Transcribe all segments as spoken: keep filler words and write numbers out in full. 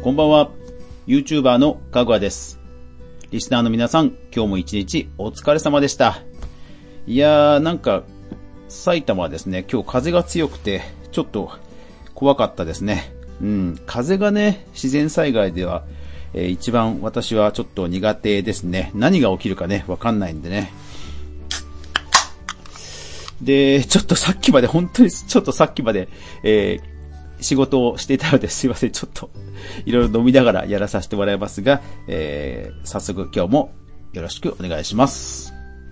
こんばんは。YouTuber のかぐわです。リスナーの皆さん、今日も一日お疲れ様でした。いやー、なんか、埼玉はですね、今日風が強くて、ちょっと怖かったですね。うん、風がね、自然災害では、えー、一番私はちょっと苦手ですね。何が起きるかね、わかんないんでね。で、ちょっとさっきまで、本当にちょっとさっきまで、えー仕事をしていたのですいません。ちょっといろいろ飲みながらやらさせてもらいますが、えー、早速今日もよろしくお願いします。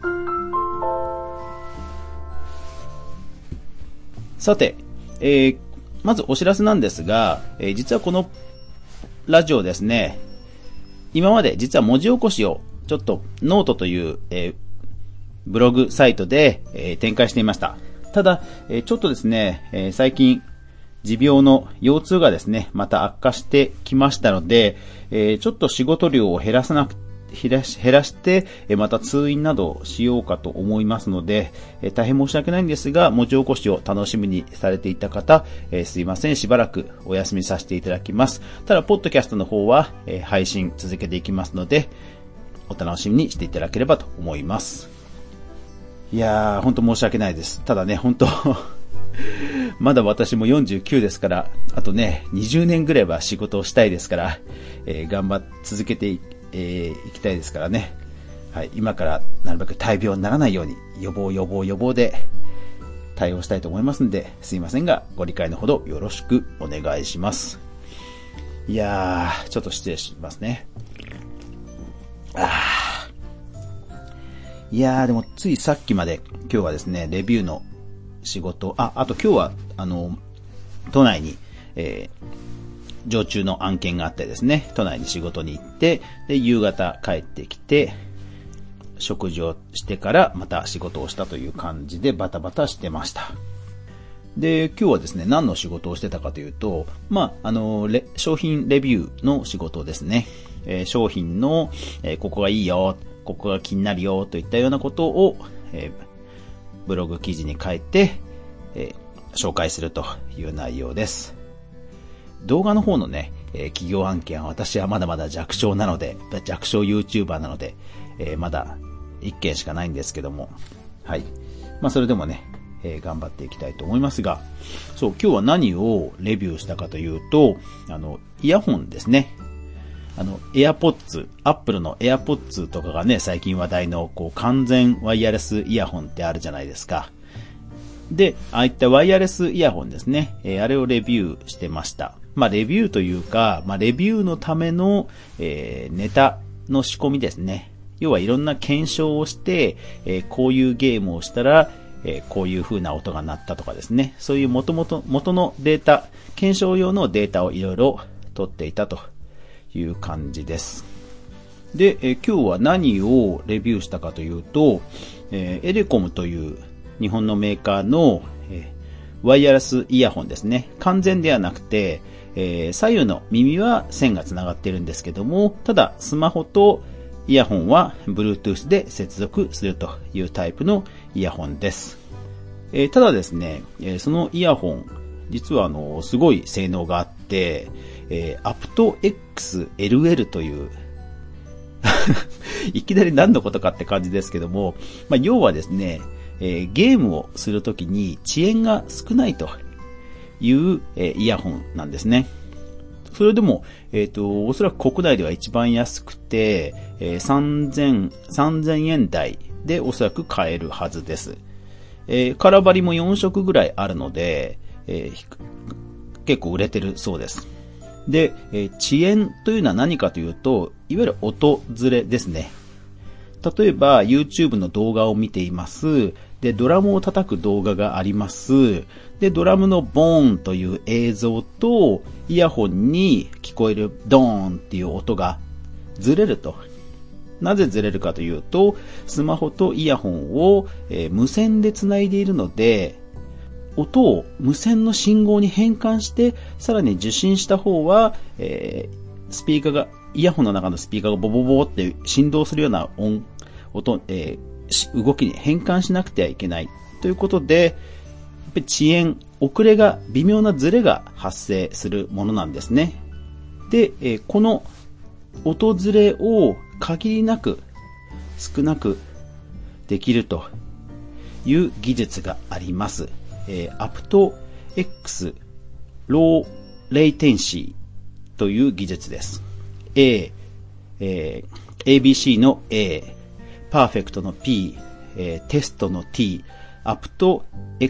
さて、えー、まずお知らせなんですが、えー、実はこのラジオですね、今まで実は文字起こしをちょっとノートという、えー、ブログサイトで、えー、展開していました。ただ、えー、ちょっとですね、えー、最近持病の腰痛がですね、また悪化してきましたので、えー、ちょっと仕事量を減らさなく、減らし、減らして、えー、また通院などをしようかと思いますので、えー、大変申し訳ないんですが、文字起こしを楽しみにされていた方、えー、すいません、しばらくお休みさせていただきます。ただ、ポッドキャストの方は、えー、配信続けていきますので、お楽しみにしていただければと思います。いやー、本当申し訳ないです。ただね、本当まだ私もよんじゅうきゅうですから、あとね、にじゅうねんぐらいは仕事をしたいですから、えー、頑張っ続けて い,、えー、いきたいですからね。はい、今からなるべく大病にならないように、予防予防予防で対応したいと思いますので、すいませんが、ご理解のほどよろしくお願いします。いやー、ちょっと失礼しますね。あーいやー、でもついさっきまで今日はですね、レビューの仕事、あ、あと今日は、あの、都内に、えー、常駐の案件があってですね、都内に仕事に行って、で、夕方帰ってきて、食事をしてからまた仕事をしたという感じでバタバタしてました。で、今日はですね、何の仕事をしてたかというと、まあ、あの、レ商品レビューの仕事ですね。えー、商品の、えー、ここがいいよ、ここが気になるよ、といったようなことを、えーブログ記事に書いて、えー、紹介するという内容です。動画の方のね、えー、企業案件は私はまだまだ弱小なので、弱小 YouTuber なので、えー、まだいっけんしかないんですけども、はい。まあそれでもね、えー、頑張っていきたいと思いますが、そう、今日は何をレビューしたかというと、あの、イヤホンですね。あの、AirPods、Apple の AirPods とかがね、最近話題の、こう、完全ワイヤレスイヤホンってあるじゃないですか。で、ああいったワイヤレスイヤホンですね。えー、あれをレビューしてました。まあ、レビューというか、まあ、レビューのための、えー、ネタの仕込みですね。要はいろんな検証をして、えー、こういうゲームをしたら、えー、こういう風な音が鳴ったとかですね。そういう元々、元のデータ、検証用のデータをいろいろ取っていたという感じです。で、え今日は何をレビューしたかというと、えー、エレコムという日本のメーカーの、えー、ワイヤレスイヤホンですね。完全ではなくて、えー、左右の耳は線がつながっているんですけども、ただスマホとイヤホンは Bluetooth で接続するというタイプのイヤホンです。えー、ただですね、えー、そのイヤホン、実はあの、すごい性能があって、えー、アプト エックスエルエル といういきなり何のことかって感じですけども、まあ、要はですね、えー、ゲームをするときに遅延が少ないという、えー、イヤホンなんですね。それでも、えっと、おそらく国内では一番安くて、えー、さんぜん、さんぜんえん台でおそらく買えるはずです。えー、空張りもよん色ぐらいあるので、えー、結構売れてるそうです。で、えー、遅延というのは何かというと、いわゆる音ずれですね。例えば YouTube の動画を見ています。で、ドラムを叩く動画があります。で、ドラムのボーンという映像とイヤホンに聞こえるドーンっていう音がずれると。なぜずれるかというと、スマホとイヤホンを、えー、無線でつないでいるので、音を無線の信号に変換して、さらに受信した方は、えー、スピーカーが、イヤホンの中のスピーカーがボボボって振動するような音、音、えー、動きに変換しなくてはいけない。ということで、やっぱり遅延、遅れが、微妙なズレが発生するものなんですね。 で、えー、この訪れを限りなく少なくできるという技術があります。えー、アプト X ローレイテンシーという技術です。A、えー、エービーシー の A、パーフェクトの P、えー、テストの T、アプト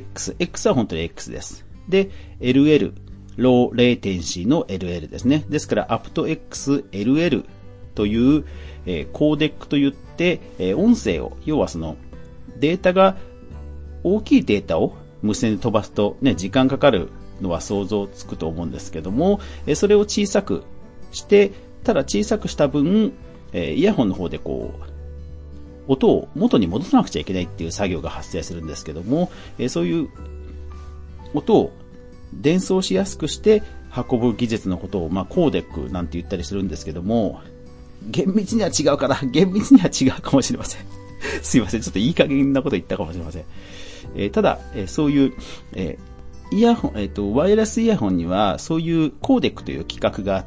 X、X は本当に X です。で、エルエル、ローレイテンシーの エルエル ですね。ですから、アプト X、エルエル という、えー、コーデックといって、えー、音声を、要はそのデータが大きいデータを無線で飛ばすとね、時間かかるのは想像つくと思うんですけども、えー、それを小さくして、ただ小さくした分、えー、イヤホンの方でこう、音を元に戻さなくちゃいけないっていう作業が発生するんですけども、えー、そういう音を伝送しやすくして運ぶ技術のことを、まあ、コーデックなんて言ったりするんですけども、厳密には違うかな厳密には違うかもしれません。すいません。ちょっといい加減なこと言ったかもしれません。えー、ただ、えー、そういう、えー、イヤホン、えっと、ワイヤレスイヤホンにはそういうコーデックという規格があって、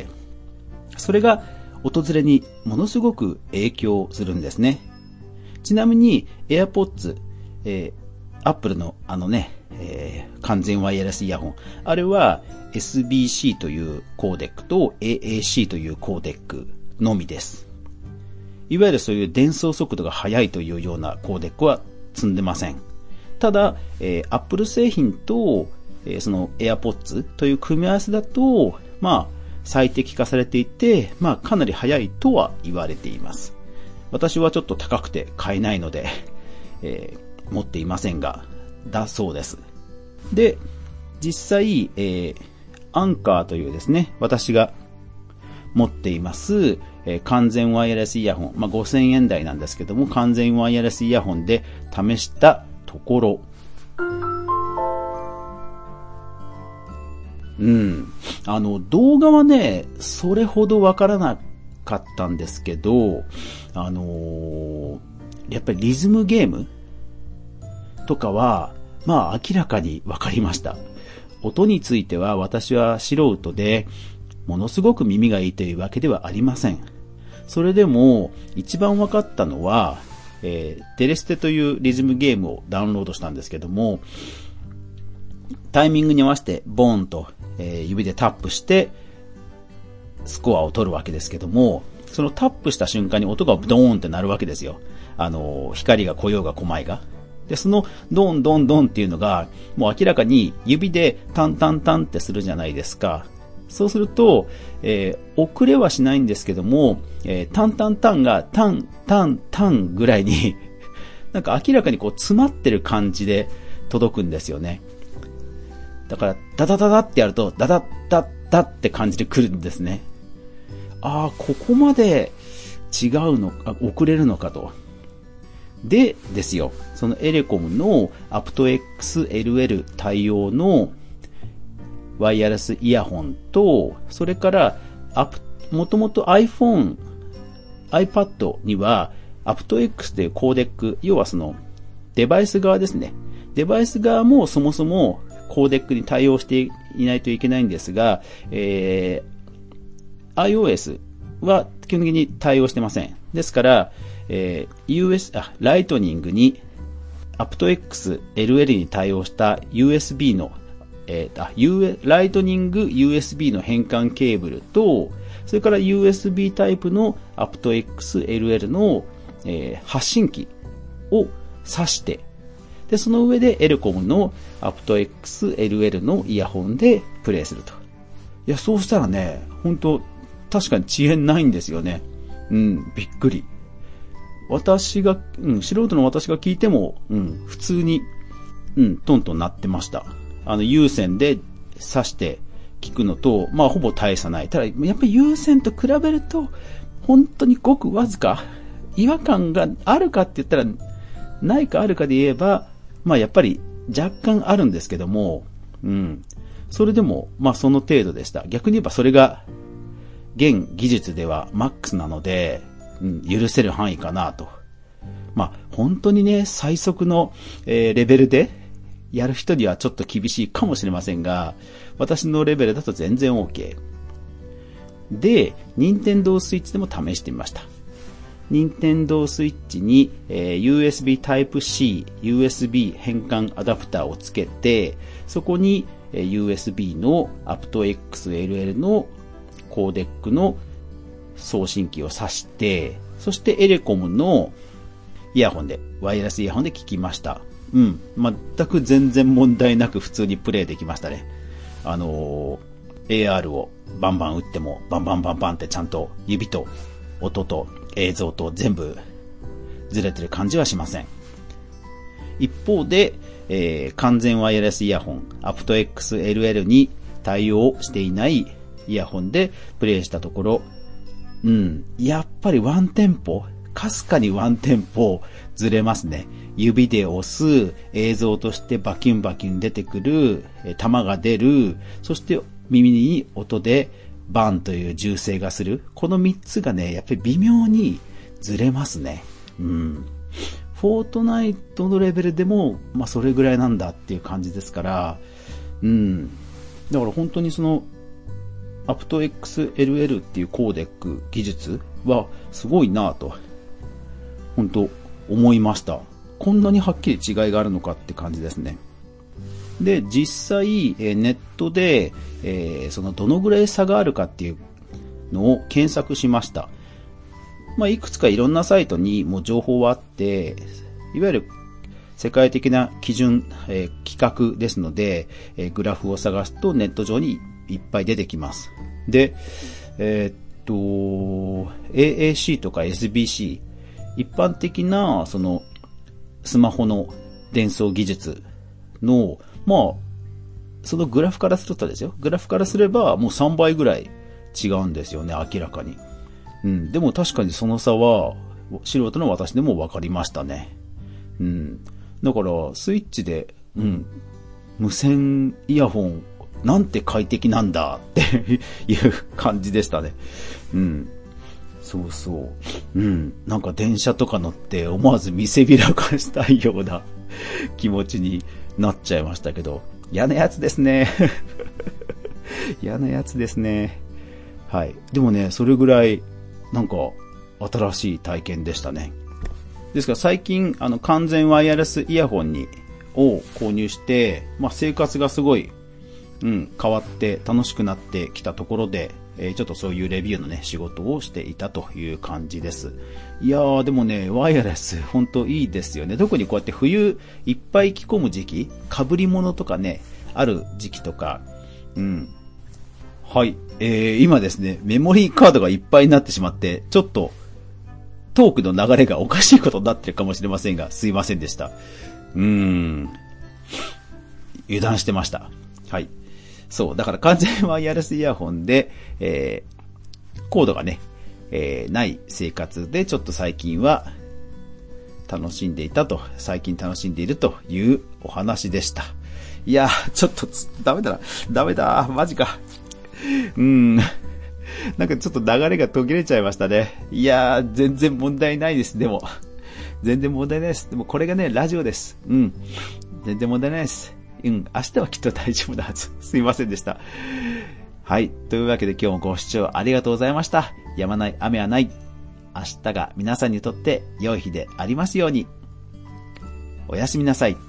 それが訪れにものすごく影響するんですね。ちなみに AirPods、えー、Apple のあのね、えー、完全ワイヤレスイヤホン、あれは エスビーシー というコーデックと エーエーシー というコーデックのみです。いわゆるそういう伝送速度が速いというようなコーデックは積んでません。ただ、えー、Apple 製品と、えー、その AirPods という組み合わせだと、まあ最適化されていて、まあかなり速いとは言われています。私はちょっと高くて買えないので、えー、持っていませんが、だそうです。で、実際、えー、アンカーというですね、私が持っています、えー、完全ワイヤレスイヤホン、まあごせんえん台なんですけども、完全ワイヤレスイヤホンで試したところ、うん。あの、動画はね、それほどわからなかったんですけど、あのー、やっぱりリズムゲームとかは、まあ明らかにわかりました。音については私は素人で、ものすごく耳がいいというわけではありません。それでも、一番わかったのは、えー、デレステというリズムゲームをダウンロードしたんですけども、タイミングに合わせてボーンと、えー、指でタップしてスコアを取るわけですけども、そのタップした瞬間に音がドーンって鳴るわけですよ。あのー、光が来ようが来まいが。で、そのドンドンドンっていうのがもう明らかに指でタンタンタンってするじゃないですか。そうすると、えー、遅れはしないんですけども、えー、タンタンタンがタンタンタンぐらいになんか明らかにこう詰まってる感じで届くんですよね。だから、ダダダダってやると、ダダダダって感じで来るんですね。ああ、ここまで違うのか、遅れるのかと。で、ですよ。そのエレコムの アプト エックスエルエル 対応のワイヤレスイヤホンと、それから、もともと iPhone、iPad には アプト X というコーデック、要はそのデバイス側ですね。デバイス側もそもそもコーデックに対応していないといけないんですが、えー、iOS は基本的に対応してません。ですから、えー、ユーエス、あ、ライトニングに アプト エックスエルエル に対応した ユーエスビー の、えー、あ、U、ライトニング ユーエスビー の変換ケーブルと、それから ユーエスビー タイプの アプト エックスエルエル の、えー、発信機を挿して、で、その上でエレコムの アプト エックスエルエル のイヤホンでプレイすると。いや、そうしたらね、本当確かに遅延ないんですよね。うん、びっくり。私が、うん、素人の私が聞いても、うん、普通に、うん、トントン鳴ってました。あの、有線で挿して聞くのと、まあ、ほぼ大差ない。ただ、やっぱり有線と比べると、本当にごくわずか、違和感があるかって言ったら、ないかあるかで言えば、まあやっぱり若干あるんですけども、うん。それでも、まあその程度でした。逆に言えばそれが、現技術ではマックスなので、うん、許せる範囲かなと。まあ本当にね、最速の、えー、レベルでやる人にはちょっと厳しいかもしれませんが、私のレベルだと全然 OK。 で、任天堂スイッチでも試してみました。任天堂スイッチに、えー、ユーエスビー Type-C、ユーエスビー 変換アダプターをつけて、そこに、えー、ユーエスビー の アプトエックスエルエル のコーデックの送信機を挿して、そしてエレコムのイヤホンで、ワイヤレスイヤホンで聞きました。うん。全く全然問題なく普通にプレイできましたね。あのー、エーアール をバンバン打っても、バンバンバンバンってちゃんと指と音と映像と全部ずれてる感じはしません。一方で、えー、完全ワイヤレスイヤホン、アプトエックスエルエル に対応していないイヤホンでプレイしたところ、うん、やっぱりワンテンポ、かすかにワンテンポずれますね。指で押す、映像としてバキュンバキュン出てくる、弾が出る、そして耳に音でバンという銃声がする。この三つがね、やっぱり微妙にずれますね。うん。フォートナイトのレベルでも、まあそれぐらいなんだっていう感じですから、うん。だから本当にその、アプトエックスエルエル っていうコーデック技術はすごいなぁと、本当思いました。こんなにはっきり違いがあるのかって感じですね。で、実際、えー、ネットで、えー、そのどのぐらい差があるかっていうのを検索しました。まあ、いくつかいろんなサイトにも情報はあって、いわゆる世界的な基準、えー、規格ですので、えー、グラフを探すとネット上にいっぱい出てきます。で、えー、っと、エーエーシー とか エスビーシー、一般的な、その、スマホの伝送技術の、まあ、そのグラフからするとですよ。グラフからすればもうさんばいぐらい違うんですよね、明らかに。うん。でも確かにその差は、素人の私でも分かりましたね。うん。だから、スイッチで、うん。無線イヤホン、なんて快適なんだっていう感じでしたね。うん。そうそう。うん。なんか電車とか乗って思わず見せびらかしたいような気持ちになっちゃいましたけど。嫌なやつですね。嫌なやつですね。はい。でもね、それぐらい、なんか、新しい体験でしたね。ですから最近、あの、完全ワイヤレスイヤホンに、を購入して、まあ、生活がすごい、うん、変わって楽しくなってきたところで、えー、ちょっとそういうレビューのね、仕事をしていたという感じです。いやー、でもね、ワイヤレス、ほんといいですよね。特にこうやって冬、いっぱい着込む時期、被り物とかね、ある時期とか、うん。はい。えー、今ですね、メモリーカードがいっぱいになってしまって、ちょっと、トークの流れがおかしいことになってるかもしれませんが、すいませんでした。うーん。油断してました。はい。そう。だから完全ワイヤレスイヤホンで、えー、コードがね、えー、ない生活でちょっと最近は楽しんでいたと、最近楽しんでいるというお話でした。いやー、ちょっとダメだな。ダメだ。マジか。うーん。なんかちょっと流れが途切れちゃいましたね。いやー、全然問題ないです。でも。全然問題ないです。でもこれがね、ラジオです。うん。全然問題ないです。うん。明日はきっと大丈夫なはず。すいませんでした。はい。というわけで今日もご視聴ありがとうございました。止まない雨はない。明日が皆さんにとって良い日でありますように。おやすみなさい。